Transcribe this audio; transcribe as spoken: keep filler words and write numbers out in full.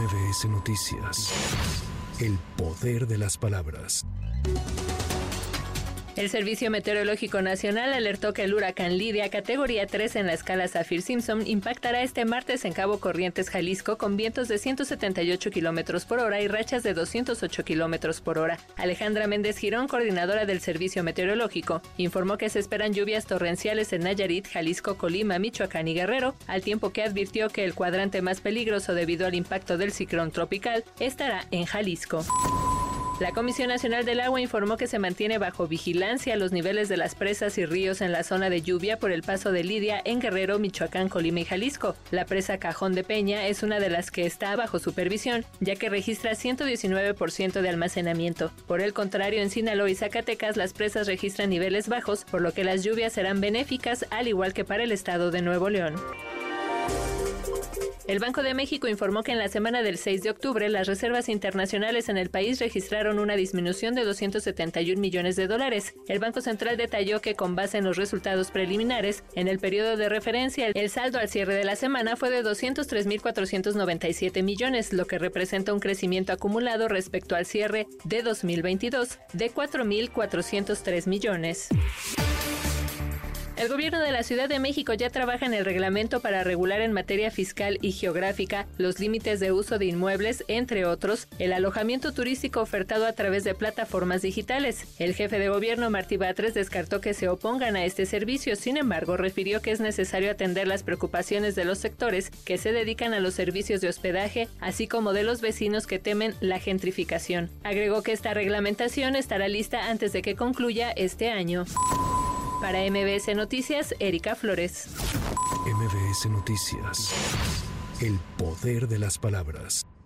M V S Noticias. El poder de las palabras. El Servicio Meteorológico Nacional alertó que el huracán Lidia, categoría tres en la escala Saffir-Simpson, impactará este martes en Cabo Corrientes, Jalisco, con vientos de ciento setenta y ocho kilómetros por hora y rachas de doscientos ocho kilómetros por hora. Alejandra Méndez Girón, coordinadora del Servicio Meteorológico, informó que se esperan lluvias torrenciales en Nayarit, Jalisco, Colima, Michoacán y Guerrero, al tiempo que advirtió que el cuadrante más peligroso debido al impacto del ciclón tropical estará en Jalisco. La Comisión Nacional del Agua informó que se mantiene bajo vigilancia los niveles de las presas y ríos en la zona de lluvia por el paso de Lidia en Guerrero, Michoacán, Colima y Jalisco. La presa Cajón de Peña es una de las que está bajo supervisión, ya que registra ciento diecinueve por ciento de almacenamiento. Por el contrario, en Sinaloa y Zacatecas las presas registran niveles bajos, por lo que las lluvias serán benéficas, al igual que para el estado de Nuevo León. El Banco de México informó que en la semana del seis de octubre las reservas internacionales en el país registraron una disminución de doscientos setenta y un millones de dólares. El Banco Central detalló que con base en los resultados preliminares, en el periodo de referencia, el saldo al cierre de la semana fue de doscientos tres mil cuatrocientos noventa y siete millones, lo que representa un crecimiento acumulado respecto al cierre de dos mil veintidós de cuatro mil cuatrocientos tres millones. El gobierno de la Ciudad de México ya trabaja en el reglamento para regular en materia fiscal y geográfica los límites de uso de inmuebles, entre otros, el alojamiento turístico ofertado a través de plataformas digitales. El jefe de gobierno, Martí Batres, descartó que se opongan a este servicio, sin embargo, refirió que es necesario atender las preocupaciones de los sectores que se dedican a los servicios de hospedaje, así como de los vecinos que temen la gentrificación. Agregó que esta reglamentación estará lista antes de que concluya este año. Para M V S Noticias, Erika Flores. M V S Noticias. El poder de las palabras.